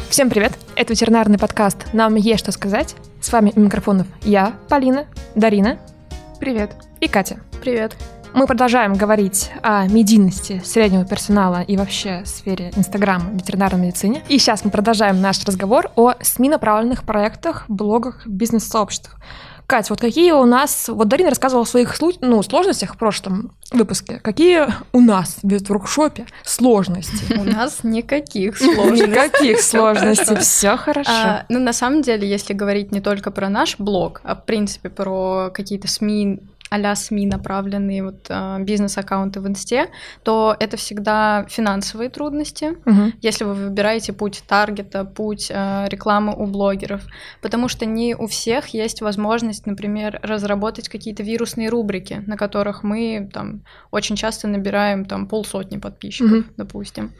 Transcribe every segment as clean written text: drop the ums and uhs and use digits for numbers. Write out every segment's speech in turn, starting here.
Всем привет! Это ветеринарный подкаст «Нам есть что сказать». С вами у микрофонов я, Полина, Дарина. Привет. И Катя. Привет. Мы продолжаем говорить о медийности среднего персонала и вообще сфере Инстаграма в ветеринарной медицине. И сейчас мы продолжаем наш разговор о СМИ-направленных проектах, блогах, бизнес-сообществах. Кать, вот какие у нас... Вот Дарина рассказывала о своих сложностях в прошлом выпуске. Какие у нас в воркшопе сложности? У нас никаких сложностей. Никаких сложностей, все хорошо. Ну, на самом деле, если говорить не только про наш блог, а в принципе про какие-то СМИ, а-ля СМИ направленные вот, бизнес-аккаунты в Инсте, то это всегда финансовые трудности, если вы выбираете путь таргета, путь рекламы у блогеров, потому что не у всех есть возможность, например, разработать какие-то вирусные рубрики, на которых мы там очень часто набираем там 500 подписчиков, допустим.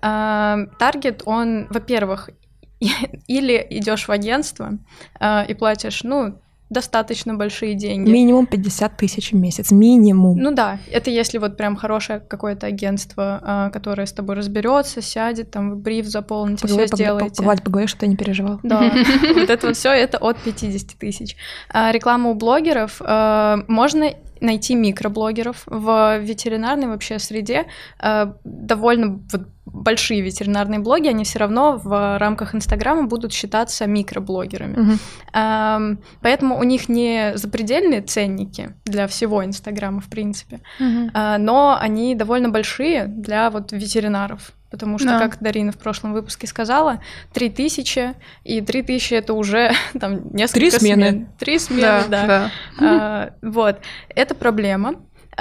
Таргет, он, во-первых, или идешь в агентство и платишь, достаточно большие деньги. Минимум 50 тысяч в месяц. Минимум. Ну да, это если вот прям хорошее какое-то агентство, которое с тобой разберется, сядет, там бриф заполните, все сделаете. Погладь по голове, чтобы ты не переживал. Да, вот это вот все это от 50 тысяч. Рекламу у блогеров можно найти микроблогеров в ветеринарной вообще среде. Довольно большие ветеринарные блоги, они все равно в рамках Инстаграма будут считаться микроблогерами. Поэтому у них не запредельные ценники для всего Инстаграма, в принципе, но они довольно большие для вот ветеринаров. Потому что, как Дарина в прошлом выпуске сказала, 3000, и 3000 это уже там несколько смен. 3 смены, да. Вот, это проблема.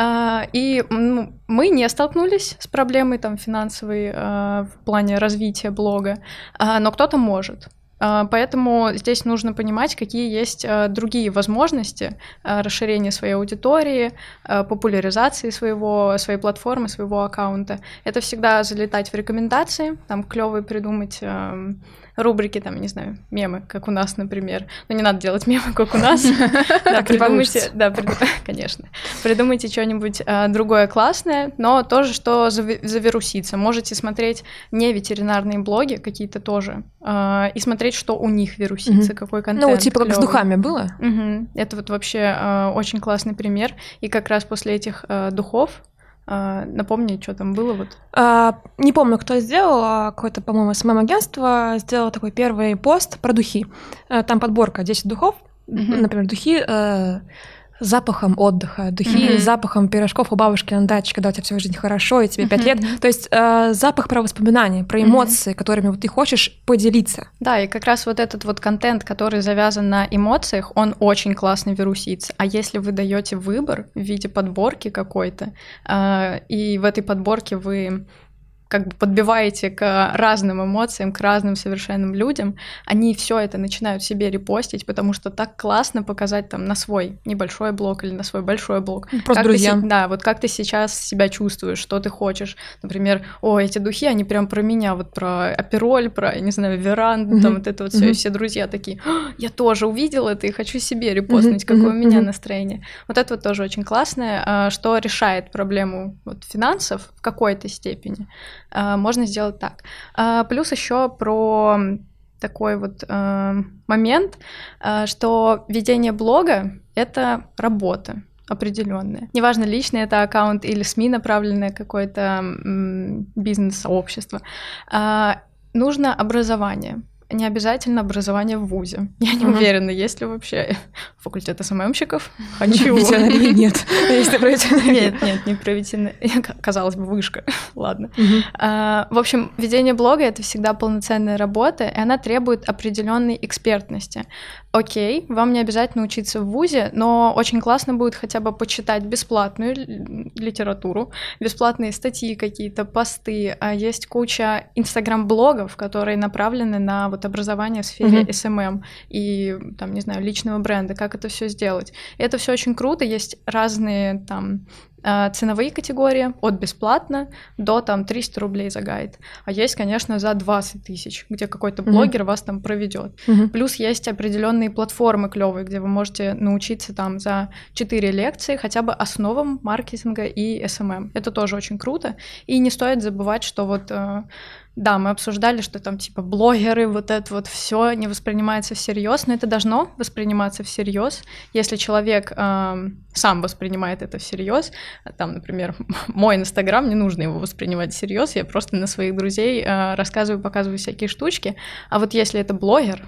И мы не столкнулись с проблемой там финансовой в плане развития блога, но кто-то может. Поэтому здесь нужно понимать, какие есть другие возможности расширения своей аудитории, популяризации своей платформы, своего аккаунта. Это всегда залетать в рекомендации, там клёвые придумать рубрики, там, не знаю, мемы, как у нас, например. Но не надо делать мемы, как у нас. Придумайте, конечно. Придумайте что-нибудь другое классное, но тоже, что завирусится. Можете смотреть не ветеринарные блоги какие-то тоже, и смотреть, что у них вирусится, какой контент. Ну, типа как с духами было? Это вот вообще очень классный пример. И как раз после этих духов, напомни, что там было вот. Не помню, кто сделал, какое-то, по-моему, СММ-агентство сделало такой первый пост про духи. Там подборка 10 духов, например, духи с запахом отдыха, духи с запахом пирожков у бабушки на даче, когда у тебя всю жизнь хорошо, и тебе 5 лет. То есть запах про воспоминания, про эмоции, которыми вот ты хочешь поделиться. Да, и как раз вот этот вот контент, который завязан на эмоциях, он очень классно вирусится. А если вы даете выбор в виде подборки какой-то, и в этой подборке вы как бы подбиваете к разным эмоциям, к разным совершенным людям, они все это начинают себе репостить, потому что так классно показать там на свой небольшой блог или на свой большой блог. Просто друзьям. Да, вот как ты сейчас себя чувствуешь, что ты хочешь. Например, эти духи, они прям про меня, вот про апероль, про, не знаю, веранду, там вот это вот все, и все друзья такие, я тоже увидела это и хочу себе репостнуть, какое у меня настроение. Вот это вот тоже очень классное, что решает проблему вот финансов в какой-то степени. Можно сделать так. Плюс еще про такой вот момент, что ведение блога — это работа определенная. Неважно, личный это аккаунт или СМИ направленное какое-то бизнес-сообщество. Нужно образование. Не обязательно образование в вузе. Я не уверена, есть ли вообще факультет СММщиков. Хочу. Ветеринарии нет. Нет, не про ветеринарию. Казалось бы, вышка. Ладно. В общем, ведение блога — это всегда полноценная работа, и она требует определенной экспертности. Окей, вам не обязательно учиться в вузе, но очень классно будет хотя бы почитать бесплатную литературу, бесплатные статьи какие-то, посты. Есть куча инстаграм-блогов, которые направлены на вот образование в сфере SMM и, там, не знаю, личного бренда, как это все сделать. И это все очень круто, есть разные там ценовые категории от бесплатно до там 300 рублей за гайд. А есть, конечно, за 20 тысяч, где какой-то блогер вас там проведет. Плюс есть определенные платформы клевые, где вы можете научиться там за 4 лекции хотя бы основам маркетинга и SMM. Это тоже очень круто. И не стоит забывать, что вот... Да, мы обсуждали, что там типа блогеры, вот это вот все не воспринимается всерьез, но это должно восприниматься всерьез, если человек сам воспринимает это всерьез. Там, например, мой Инстаграм, не нужно его воспринимать всерьез, я просто на своих друзей рассказываю, показываю всякие штучки. А вот если это блогер,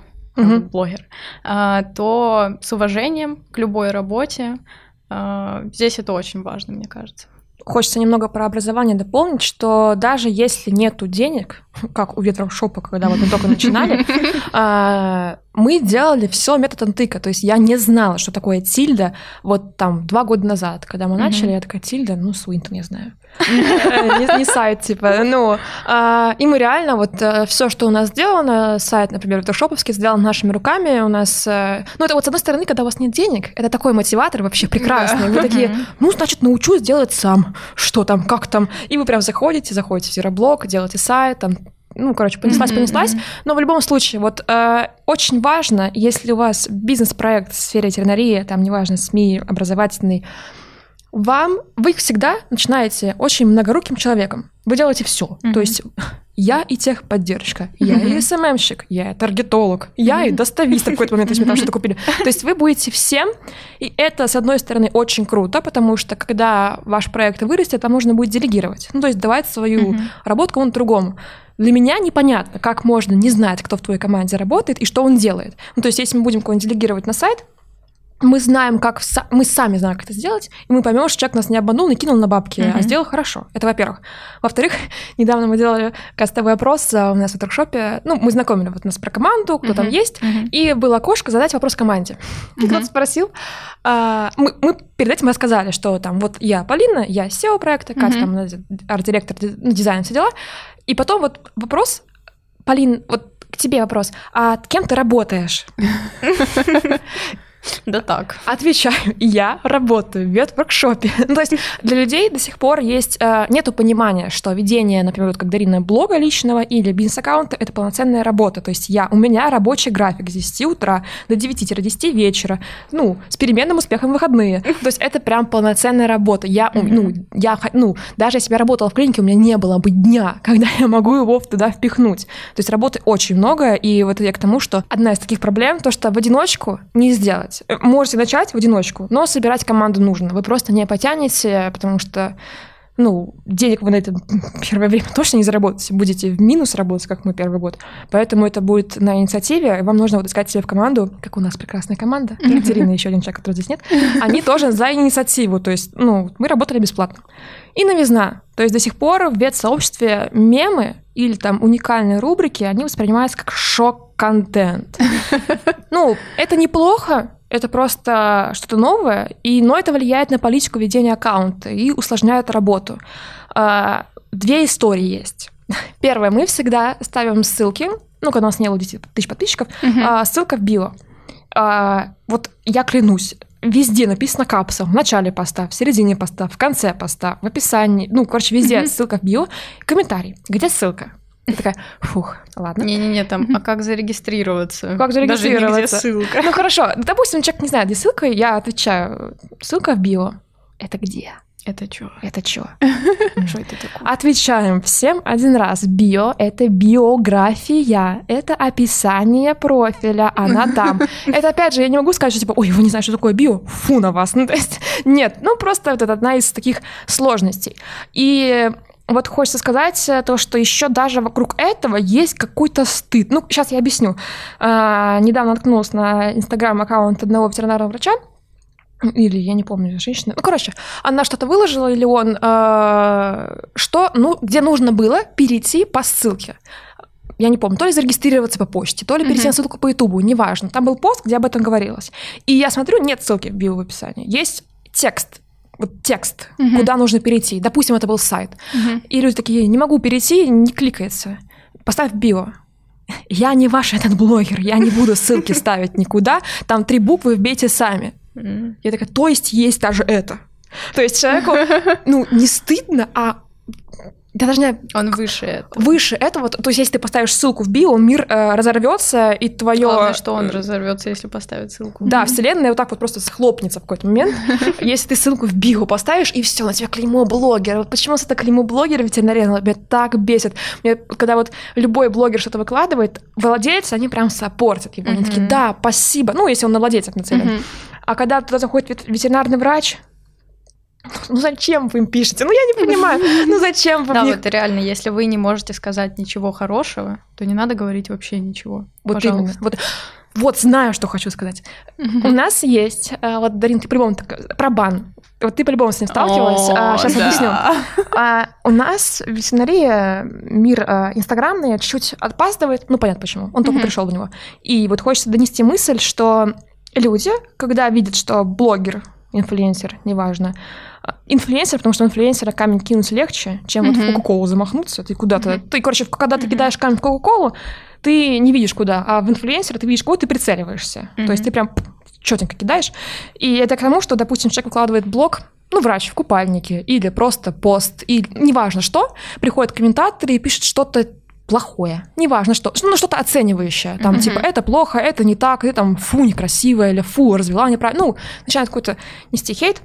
то с уважением к любой работе, здесь это очень важно, мне кажется. Хочется немного про образование дополнить, что даже если нету денег, как у ветроушопа, когда вот мы только начинали, мы делали все методом тыка. То есть я не знала, что такое тильда вот там 2 года назад. Когда мы начали, я такая, тильда, Суинтон, я знаю. Не сайт, типа, и мы реально вот все, что у нас сделано, сайт, например, ветрошоповский, сделан нашими руками, у нас, это вот с одной стороны, когда у вас нет денег, это такой мотиватор вообще прекрасный, вы такие, значит, научусь делать сам, что там, как там, и вы прям заходите в Zero-блог, делаете сайт, там, понеслась, но в любом случае, вот очень важно, если у вас бизнес-проект в сфере ветеринарии, там, неважно, СМИ, образовательный, вы всегда начинаете очень многоруким человеком. Вы делаете все. То есть я и техподдержка, я и СММщик, я и таргетолог, я и доставист в какой-то момент, если мы там что-то купили. То есть вы будете всем, и это, с одной стороны, очень круто, потому что, когда ваш проект вырастет, там нужно будет делегировать. То есть давать свою работу кому-то другому. Для меня непонятно, как можно не знать, кто в твоей команде работает и что он делает. То есть если мы будем кого-нибудь делегировать на сайт, мы сами знаем, как это сделать, и мы поймем, что человек нас не обманул, не кинул на бабки, а сделал хорошо. Это во-первых. Во-вторых, недавно мы делали кастовый опрос у нас в воркшопе. Мы знакомили нас про команду, кто там есть, и было окошко задать вопрос команде. Кто-то спросил. Мы перед этим рассказали, что там вот я Полина, я SEO проекта, Катя там арт-директор, дизайн, все дела. И потом вот вопрос, Полин, вот к тебе вопрос, а кем ты работаешь? Да так. Отвечаю, я работаю в ветворкшопе. То есть для людей до сих пор нету понимания, что ведение, например, вот как Дарина, блога личного или бизнес-аккаунта — это полноценная работа. То есть у меня рабочий график с 10 утра до 9-10 вечера, с переменным успехом в выходные. То есть это прям полноценная работа. Даже если бы я работала в клинике, у меня не было бы дня, когда я могу его туда впихнуть. То есть работы очень много, и вот я к тому, что одна из таких проблем, то, что в одиночку не сделать. Можете начать в одиночку, но собирать команду нужно. Вы просто не потянете, потому что, денег вы на это первое время точно не заработаете. Будете в минус работать, как мы первый год. Поэтому это будет на инициативе, и вам нужно искать себе в команду, как у нас прекрасная команда, Екатерина, еще один человек, который здесь нет, они тоже за инициативу. То есть, мы работали бесплатно. И новизна. То есть до сих пор в ветсообществе мемы или там уникальные рубрики, они воспринимаются как шок-контент. Это неплохо, это просто что-то новое, но это влияет на политику ведения аккаунта и усложняет работу. 2 истории есть. Первое, мы всегда ставим ссылки, когда у нас не было 10 тысяч подписчиков, ссылка в био. Вот я клянусь, везде написано капсом, в начале поста, в середине поста, в конце поста, в описании, везде ссылка в био, комментарий, где ссылка? Я такая, ладно. Не-не-не, там, а как зарегистрироваться? Как зарегистрироваться? Даже не где ссылка. Хорошо, допустим, человек не знает, где ссылка, я отвечаю, ссылка в био. Это где? Это чё? Это чё? Что это такое? Отвечаем всем один раз. Био — это биография, это описание профиля, она там. Это, опять же, я не могу сказать, что вы не знаете, что такое био, фу на вас. То есть, нет, просто вот это одна из таких сложностей. И вот хочется сказать то, что еще даже вокруг этого есть какой-то стыд. Сейчас я объясню. Недавно наткнулась на инстаграм-аккаунт одного ветеринарного врача, или, я не помню, женщина. Она что-то выложила, или он, где нужно было перейти по ссылке. Я не помню, то ли зарегистрироваться по почте, то ли перейти на ссылку по Ютубу, неважно. Там был пост, где об этом говорилось. И я смотрю, нет ссылки в био в описании. Есть текст, куда нужно перейти. Допустим, это был сайт. И люди такие, не могу перейти, не кликается. Поставь био. Я не ваш этот блогер, я не буду ссылки ставить никуда. Там 3 буквы, вбейте сами. Я такая, то есть даже это. То есть человеку, не стыдно, а я даже не... Он выше этого. Выше этого. То есть, если ты поставишь ссылку в био, мир разорвется, и твое... Главное, что он разорвется, если поставить ссылку. Да, вселенная вот так вот просто схлопнется в какой-то момент. Если ты ссылку в био поставишь, и все, на тебя клеймо блогера. Вот почему это клеймо блогера ветеринария меня так бесит. Когда вот любой блогер что-то выкладывает, владельцы, они прям саппортят его. Они такие, да, спасибо. Если он на владельцев нацелен. А когда туда заходит ветеринарный врач... зачем вы им пишете? Я не понимаю. Зачем вы Да, вот реально, если вы не можете сказать ничего хорошего, то не надо говорить вообще ничего. Вот пожалуйста. именно. Вот знаю, что хочу сказать. У нас есть... Вот, Дарин, ты по-любому... Про бан. Вот ты по-любому с ним сталкивалась. Сейчас объясню. У нас ветеринария, мир инстаграмный, чуть-чуть отпаздывает. Понятно почему. Он только пришел в него. И вот хочется донести мысль, что люди, когда видят, что блогер, инфлюенсер, неважно, инфлюенсер, потому что инфлюенсера камень кинуть легче, чем вот в Кока-Колу замахнуться. Ты куда-то... когда ты кидаешь камень в Кока-Колу, ты не видишь куда, а в инфлюенсера ты видишь куда, ты прицеливаешься. То есть ты прям чётенько кидаешь. И это к тому, что, допустим, человек выкладывает блог, врач в купальнике, или просто пост, и неважно что, приходят комментаторы и пишут что-то плохое, неважно что, что-то оценивающее, там, типа, это плохо, это не так, ты там, фу, некрасивая, или фу, развела неправильно, начинает какой-то нести хейт,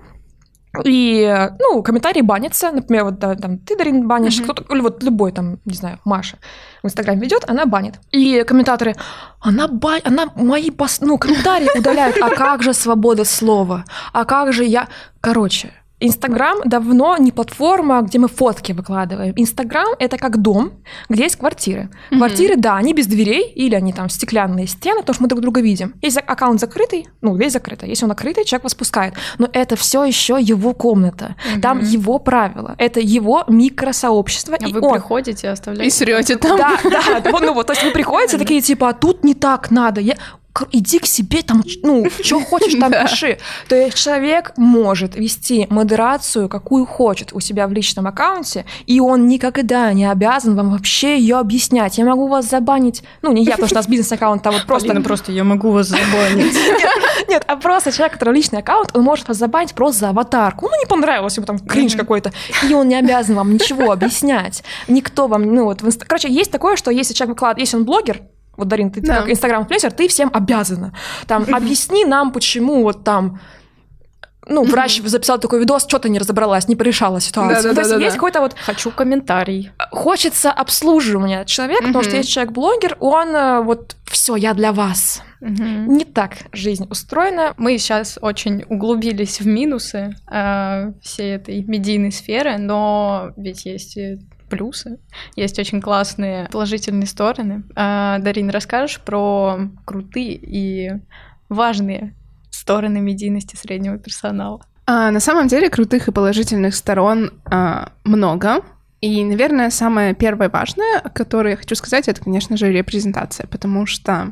и, комментарии банятся, например, вот там ты, Дарин, банишь, кто-то, или вот любой там, не знаю, Маша в Инстаграме ведет, она банит. И комментаторы, она мои комментарии удаляет, а как же свобода слова, а как же я... Короче, Инстаграм давно не платформа, где мы фотки выкладываем. Инстаграм — это как дом, где есть квартиры. Квартиры, да, они без дверей, или они там стеклянные стены, потому что мы друг друга видим. Если аккаунт закрытый, дверь закрыта. Если он открытый, человек вас пускает. Но это все еще его комната. Там его правила. Это его микросообщество. А вы приходите, оставляете... И срёте там. Да. То есть вы приходите такие, типа, а тут не так надо. Иди к себе, там, что хочешь, там пиши. То есть человек может вести модерацию, какую хочет у себя в личном аккаунте, и он никогда не обязан вам вообще ее объяснять. Я могу вас забанить, не я, потому что у нас бизнес-аккаунт, а вот просто... Полина, просто я могу вас забанить. Нет, а просто человек, который личный аккаунт, он может вас забанить просто за аватарку. Не понравилось ему там кринж какой-то, и он не обязан вам ничего объяснять. Никто вам, Короче, есть такое, что если человек выкладывает, если он блогер, вот, Дарин, ты как инстаграм-инфлюенсер, ты всем обязана. Там, объясни нам, почему вот там, врач записал такой видос, что-то не разобралась, не порешала ситуацию. То есть есть какой-то вот... Хочу комментарий. Хочется обслуживания человека, потому что есть человек-блогер, он вот все, я для вас. Не так жизнь устроена. Мы сейчас очень углубились в минусы всей этой медийной сферы, но ведь есть и плюсы, есть очень классные положительные стороны. Дарин, расскажешь про крутые и важные стороны медийности среднего персонала? На самом деле крутых и положительных сторон много. И, наверное, самое первое важное, которое я хочу сказать, это, конечно же, репрезентация, потому что...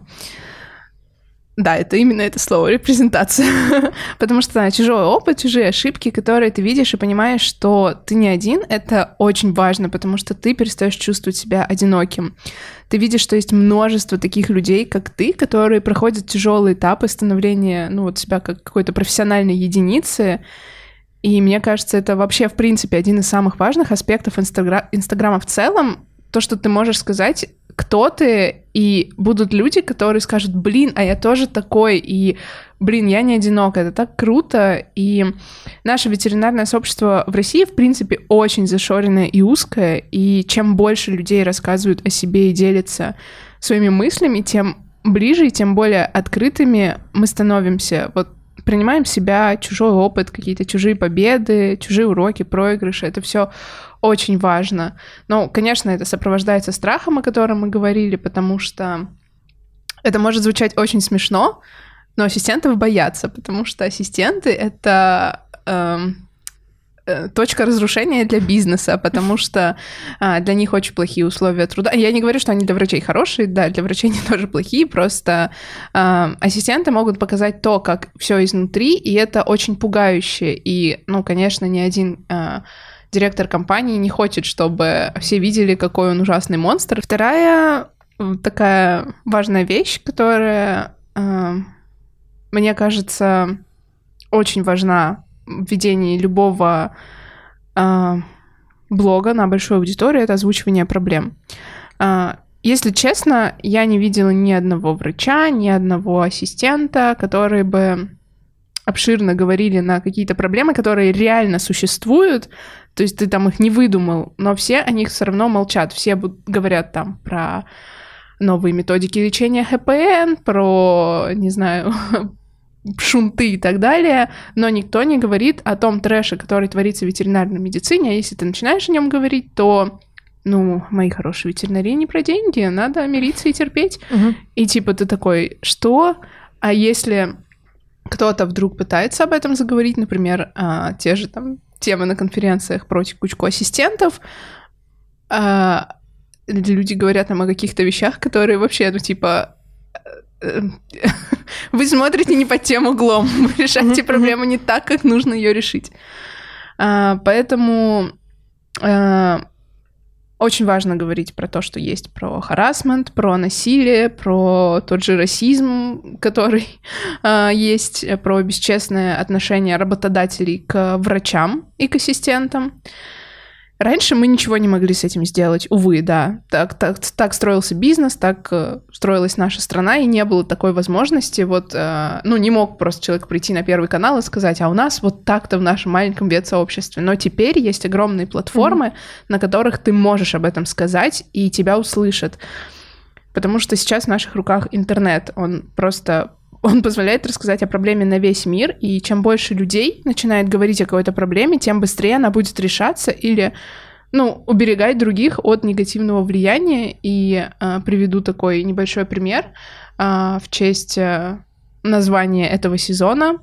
Да, это именно это слово, репрезентация. Потому что чужой опыт, чужие ошибки, которые ты видишь и понимаешь, что ты не один, это очень важно, потому что ты перестаешь чувствовать себя одиноким. Ты видишь, что есть множество таких людей, как ты, которые проходят тяжелые этапы становления, себя как какой-то профессиональной единицы. И мне кажется, это вообще, в принципе, один из самых важных аспектов Инстаграма в целом, то, что ты можешь сказать, кто ты, и будут люди, которые скажут, а я тоже такой, и, я не одинок, это так круто, и наше ветеринарное сообщество в России, в принципе, очень зашоренное и узкое, и чем больше людей рассказывают о себе и делятся своими мыслями, тем ближе и тем более открытыми мы становимся, принимаем в себя чужой опыт, какие-то чужие победы, чужие уроки, проигрыши, это все очень важно. Но, конечно, это сопровождается страхом, о котором мы говорили, потому что это может звучать очень смешно, но ассистентов боятся, потому что ассистенты — это точка разрушения для бизнеса, потому что для них очень плохие условия труда. Я не говорю, что они для врачей хорошие, да, для врачей они тоже плохие, просто ассистенты могут показать то, как все изнутри, и это очень пугающе. И, конечно, ни один директор компании не хочет, чтобы все видели, какой он ужасный монстр. Вторая такая важная вещь, которая, мне кажется, очень важна ведении любого блога на большую аудиторию — это озвучивание проблем. Если честно, я не видела ни одного врача, ни одного ассистента, которые бы обширно говорили на какие-то проблемы, которые реально существуют, то есть ты там их не выдумал, но все о них все равно молчат. Все говорят там про новые методики лечения ХПН, про, не знаю, шунты и так далее, но никто не говорит о том трэше, который творится в ветеринарной медицине, а если ты начинаешь о нем говорить, то, мои хорошие, ветеринарии не про деньги, надо мириться и терпеть. И типа ты такой, что? А если кто-то вдруг пытается об этом заговорить, например, те же там темы на конференциях про текучку ассистентов, люди говорят нам о каких-то вещах, которые вообще, вы смотрите не под тем углом, вы решаете проблему не так, как нужно ее решить. Поэтому очень важно говорить про то, что есть, про харассмент, про насилие, про тот же расизм, который есть, про бесчестное отношение работодателей к врачам и к ассистентам. Раньше мы ничего не могли с этим сделать, увы, да. Так строился бизнес, так строилась наша страна, и не было такой возможности. Не мог просто человек прийти на Первый канал и сказать, а у нас вот так-то в нашем маленьком ветсообществе. Но теперь есть огромные платформы, на которых ты можешь об этом сказать, и тебя услышат. Потому что сейчас в наших руках интернет, он позволяет рассказать о проблеме на весь мир, и чем больше людей начинает говорить о какой-то проблеме, тем быстрее она будет решаться или, уберегать других от негативного влияния. И приведу такой небольшой пример в честь названия этого сезона.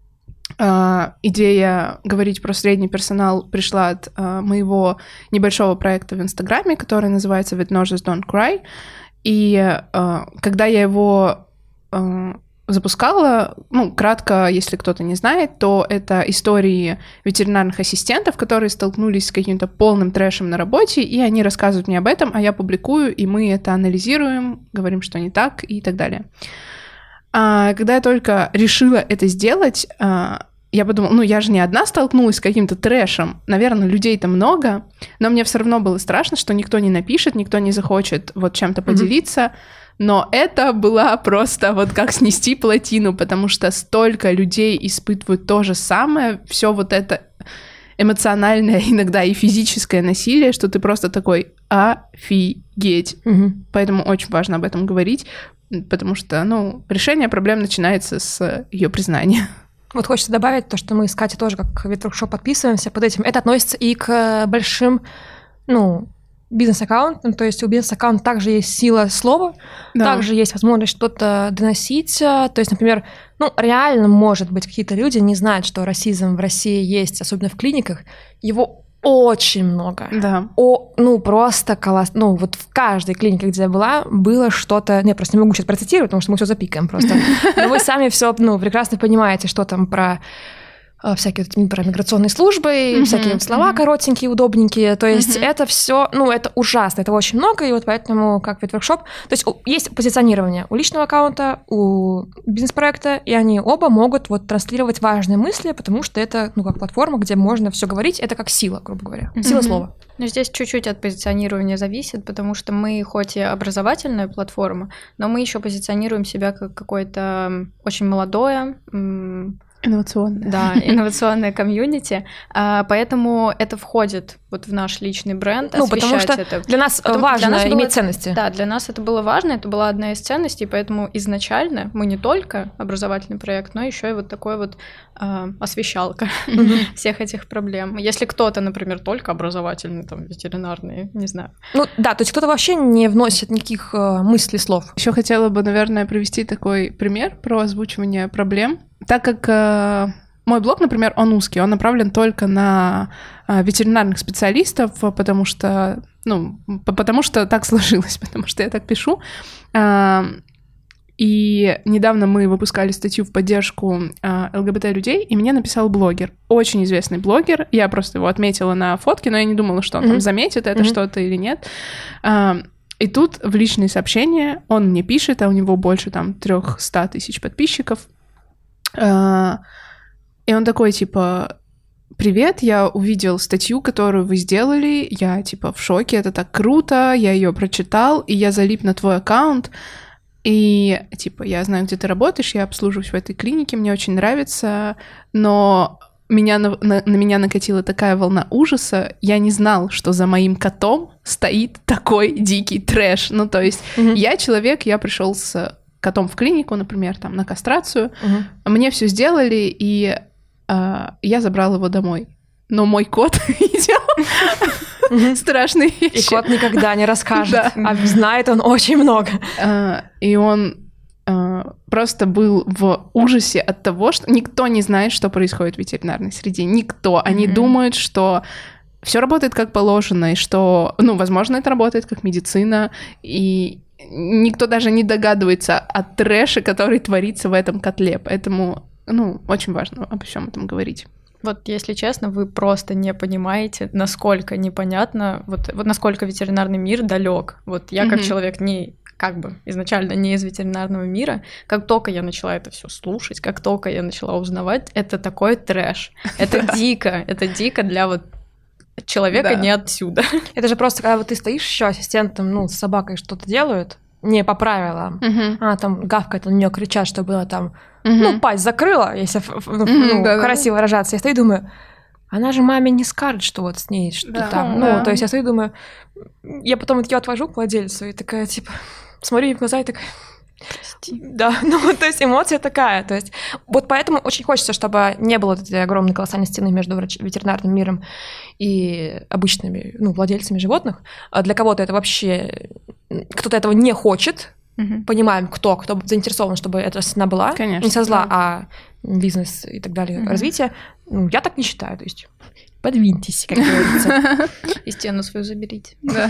Идея говорить про средний персонал пришла от моего небольшого проекта в Инстаграме, который называется Vet Nurses Don't Cry. И когда я его запускала, кратко, если кто-то не знает, то это истории ветеринарных ассистентов, которые столкнулись с каким-то полным трэшем на работе, и они рассказывают мне об этом, а я публикую, и мы это анализируем, говорим, что не так, и так далее. Когда я только решила это сделать, я подумала, я же не одна столкнулась с каким-то трэшем, наверное, людей-то много, но мне все равно было страшно, что никто не напишет, никто не захочет чем-то поделиться. Но это была просто как снести плотину, потому что столько людей испытывают то же самое, все это эмоциональное, иногда и физическое насилие, что ты просто такой офигеть. Поэтому очень важно об этом говорить, потому что, решение проблем начинается с ее признания. Вот хочется добавить то, что мы с Катей тоже как ветворкшоп подписываемся под этим. Это относится и к большим, бизнес-аккаунт, то есть у бизнес-аккаунта также есть сила слова, также есть возможность что-то доносить. То есть, например, реально, может быть, какие-то люди не знают, что расизм в России есть, особенно в клиниках. Его очень много. Да. Просто колоссно. В каждой клинике, где я была, было что-то... Я просто не могу сейчас процитировать, потому что мы все запикаем просто. Но вы сами все прекрасно понимаете, что там про всякие про миграционные службы, всякие слова коротенькие, удобненькие. То есть это все, это ужасно, этого очень много, и поэтому как ветворкшоп. То есть есть позиционирование у личного аккаунта, у бизнес-проекта, и они оба могут транслировать важные мысли, потому что это, как платформа, где можно все говорить, это как сила, грубо говоря, сила слова. Но здесь чуть-чуть от позиционирования зависит, потому что мы хоть и образовательная платформа, но мы еще позиционируем себя как какое-то очень молодое, инновационное. Да, инновационное комьюнити, поэтому это входит в наш личный бренд, потому что это. Для нас важно иметь ценности. Да, для нас это было важно, это была одна из ценностей, поэтому изначально мы не только образовательный проект, но еще и такой освещалка всех этих проблем. Если кто-то, например, только образовательный, ветеринарный, не знаю. То есть кто-то вообще не вносит никаких мыслей, слов. Еще хотела бы, наверное, привести такой пример про озвучивание проблем. Так как мой блог, например, он узкий, он направлен только на ветеринарных специалистов, потому что так сложилось, потому что я так пишу. И недавно мы выпускали статью в поддержку ЛГБТ-людей, и мне написал блогер, очень известный блогер. Я просто его отметила на фотке, но я не думала, что он там заметит это что-то или нет. И тут в личные сообщения он мне пишет, а у него больше 300 тысяч подписчиков. И он такой, типа, привет, я увидел статью, которую вы сделали, я, типа, в шоке, это так круто, я ее прочитал, и я залип на твой аккаунт, и, типа, я знаю, где ты работаешь, я обслуживаюсь в этой клинике, мне очень нравится, но на меня накатила такая волна ужаса, я не знал, что за моим котом стоит такой дикий трэш. Ну, то есть я человек, я пришел с котом в клинику, например, там, на кастрацию, мне все сделали, и я забрала его домой. Но мой кот видел страшные вещи. И кот никогда не расскажет, а знает он очень много. И он просто был в ужасе от того, что никто не знает, что происходит в ветеринарной среде. Никто. Они думают, что все работает как положено, и что, ну, возможно, это работает как медицина, и никто даже не догадывается о трэше, который творится в этом котле. Поэтому, ну, очень важно обо всем этом говорить. Вот, если честно, вы просто не понимаете, насколько непонятно, вот насколько ветеринарный мир далек. Вот я как человек как бы изначально не из ветеринарного мира, как только я начала это все слушать, как только я начала узнавать, это такой трэш. Это дико для вот человека не отсюда. Это же просто, когда вот ты стоишь еще ассистентом, ну, с собакой что-то делают, не по правилам, она там гавкает, на нее кричат, что было там, ну, пасть закрыла, если красиво выражаться. Я стою и думаю, она же маме не скажет, что вот с ней что там. Ну, то есть я стою и думаю, я потом ее отвожу к владельцу и такая, типа, смотрю ей в глаза и такая... Прости. Да, ну, то есть эмоция такая, то есть вот поэтому очень хочется, чтобы не было этой огромной колоссальной стены между ветеринарным миром и обычными, ну, владельцами животных. А для кого-то это вообще, кто-то этого не хочет, понимаем, кто заинтересован, чтобы эта стена была, конечно, не со зла, а бизнес и так далее, развитие. Ну, я так не считаю, то есть подвиньтесь, как говорится. И стену свою заберите. Да.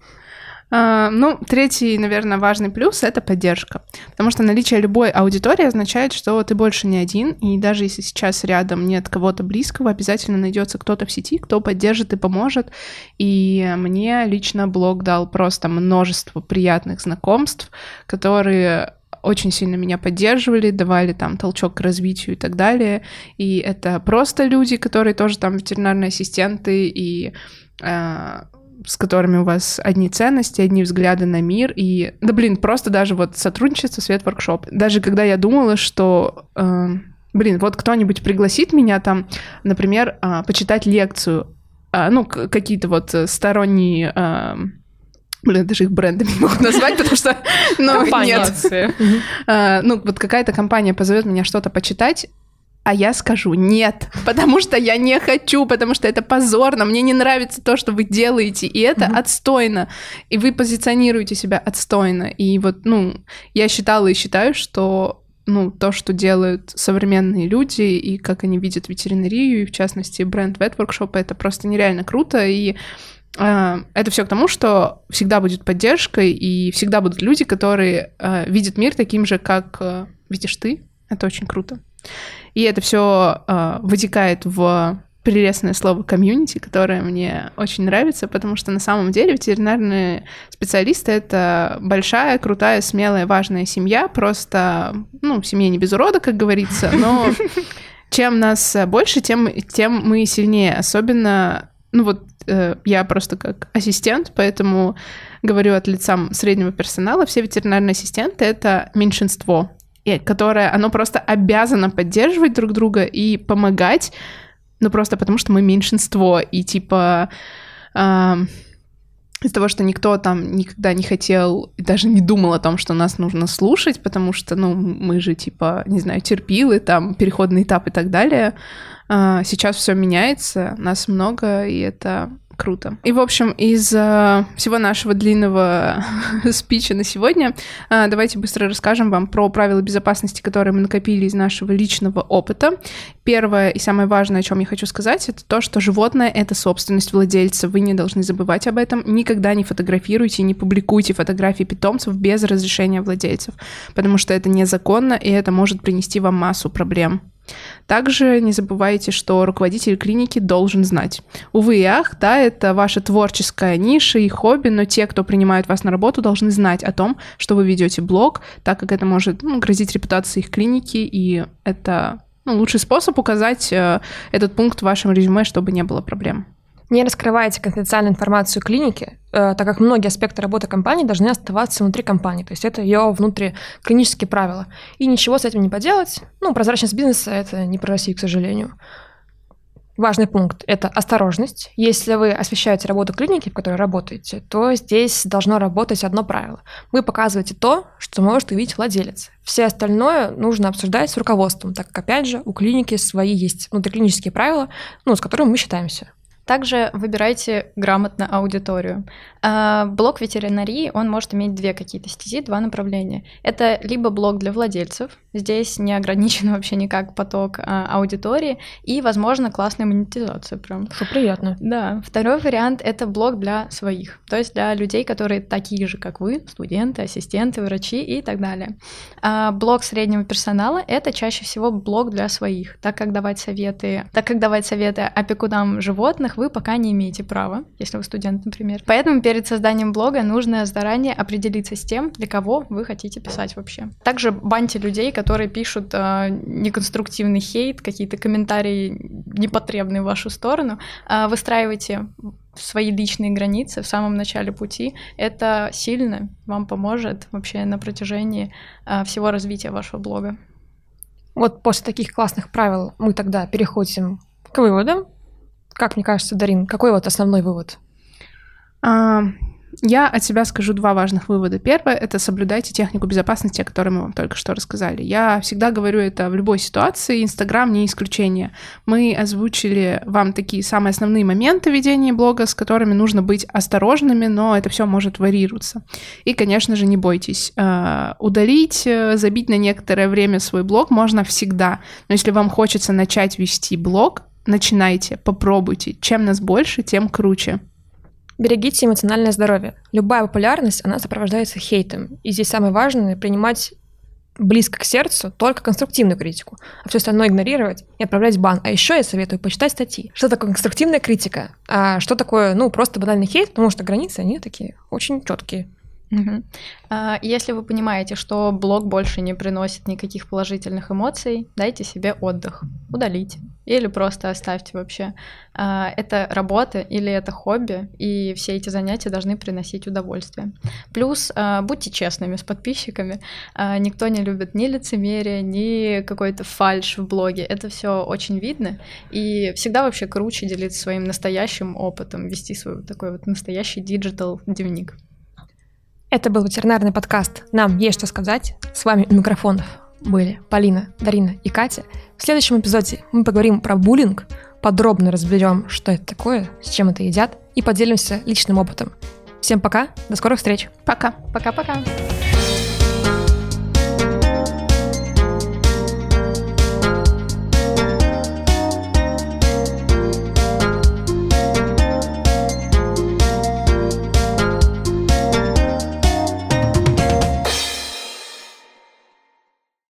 Ну, третий, наверное, важный плюс — это поддержка. Потому что наличие любой аудитории означает, что ты больше не один, и даже если сейчас рядом нет кого-то близкого, обязательно найдется кто-то в сети, кто поддержит и поможет. И мне лично блог дал просто множество приятных знакомств, которые очень сильно меня поддерживали, давали там толчок к развитию и так далее. И это просто люди, которые тоже там ветеринарные ассистенты, и с которыми у вас одни ценности, одни взгляды на мир, и, да блин, просто даже вот сотрудничество с ветворкшоп. Даже когда я думала, что, вот кто-нибудь пригласит меня там, например, почитать лекцию, ну, какие-то вот сторонние... даже их брендами не могу назвать, потому что... нет. Ну, вот какая-то компания позовет меня что-то почитать, а я скажу нет, потому что я не хочу, потому что это позорно, мне не нравится то, что вы делаете, и это отстойно, и вы позиционируете себя отстойно. И вот, ну, я считала и считаю, что, ну, то, что делают современные люди, и как они видят ветеринарию, и в частности бренд ветворкшопа, это просто нереально круто, и это все к тому, что всегда будет поддержка, и всегда будут люди, которые видят мир таким же, как видишь ты. Это очень круто. И это все вытекает в прелестное слово комьюнити, которое мне очень нравится, потому что на самом деле ветеринарные специалисты — это большая, крутая, смелая, важная семья, просто, ну, в семье не без урода, как говорится, но чем нас больше, тем мы сильнее, особенно, ну вот я просто как ассистент, поэтому говорю от лица среднего персонала, все ветеринарные ассистенты — это меньшинство, которое, оно просто обязано поддерживать друг друга и помогать, ну, просто потому что мы меньшинство, и, типа, из-за того, что никто там никогда не хотел, даже не думал о том, что нас нужно слушать, потому что, ну, мы же, типа, не знаю, терпилы, там, переходный этап и так далее, сейчас все меняется, нас много, и это... круто. И, в общем, из всего нашего длинного спича на сегодня давайте быстро расскажем вам про правила безопасности, которые мы накопили из нашего личного опыта. Первое и самое важное, о чем я хочу сказать, это то, что животное — это собственность владельца. Вы не должны забывать об этом. Никогда не фотографируйте, не публикуйте фотографии питомцев без разрешения владельцев, потому что это незаконно, и это может принести вам массу проблем. Также не забывайте, что руководитель клиники должен знать. Увы и ах, да, это ваша творческая ниша и хобби, но те, кто принимает вас на работу, должны знать о том, что вы ведете блог, так как это может грозить репутации их клиники, и это лучший способ указать этот пункт в вашем резюме, чтобы не было проблем. Не раскрывайте конфиденциальную информацию клиники, так как многие аспекты работы компании должны оставаться внутри компании, то есть это ее внутриклинические правила. И ничего с этим не поделать. Прозрачность бизнеса — это не про Россию, к сожалению. Важный пункт — это осторожность. Если вы освещаете работу клиники, в которой работаете, то здесь должно работать одно правило. Вы показываете то, что может увидеть владелец. Все остальное нужно обсуждать с руководством, так как, опять же, у клиники свои есть внутриклинические правила, с которыми мы считаемся. Также выбирайте грамотно аудиторию. Блог ветеринарии, он может иметь две какие-то стези, два направления. Это либо блог для владельцев, здесь не ограничен вообще никак поток аудитории, и, возможно, классная монетизация прям. Что приятно. Да. Второй вариант — это блог для своих, то есть для людей, которые такие же, как вы, студенты, ассистенты, врачи и так далее. Блог среднего персонала — это чаще всего блог для своих, так как давать советы опекунам животных вы пока не имеете права, если вы студент, например. Поэтому перед созданием блога нужно заранее определиться с тем, для кого вы хотите писать вообще. Также баньте людей, которые пишут неконструктивный хейт, какие-то комментарии непотребные в вашу сторону. Выстраивайте свои личные границы в самом начале пути. Это сильно вам поможет вообще на протяжении всего развития вашего блога. Вот после таких классных правил мы тогда переходим к выводам. Как мне кажется, Дарин, какой основной вывод? Я от себя скажу два важных вывода. Первое — это соблюдайте технику безопасности, о которой мы вам только что рассказали. Я всегда говорю это в любой ситуации, Инстаграм не исключение. Мы озвучили вам такие самые основные моменты ведения блога, с которыми нужно быть осторожными, но это все может варьироваться. И, конечно же, не бойтесь. Удалить, забить на некоторое время свой блог можно всегда. Но если вам хочется начать вести блог, начинайте, попробуйте. Чем нас больше, тем круче. Берегите эмоциональное здоровье. Любая популярность, она сопровождается хейтом. И здесь самое важное — принимать близко к сердцу только конструктивную критику, а все остальное игнорировать и отправлять в бан. А еще я советую почитать статьи. Что такое конструктивная критика? А что такое, просто банальный хейт? Потому что границы, они такие очень четкие. Если вы понимаете, что блог больше не приносит никаких положительных эмоций, дайте себе отдых, удалите или просто оставьте вообще. Это работа или это хобби, и все эти занятия должны приносить удовольствие. Плюс будьте честными с подписчиками. Никто не любит ни лицемерие, ни какой-то фальшь в блоге. Это все очень видно, и всегда вообще круче делиться своим настоящим опытом, вести свой такой настоящий диджитал-дневник. Это был ветеринарный подкаст «Нам есть что сказать». С вами у микрофонов были Полина, Дарина и Катя. В следующем эпизоде мы поговорим про буллинг, подробно разберем, что это такое, с чем это едят, и поделимся личным опытом. Всем пока, до скорых встреч. Пока. Пока-пока.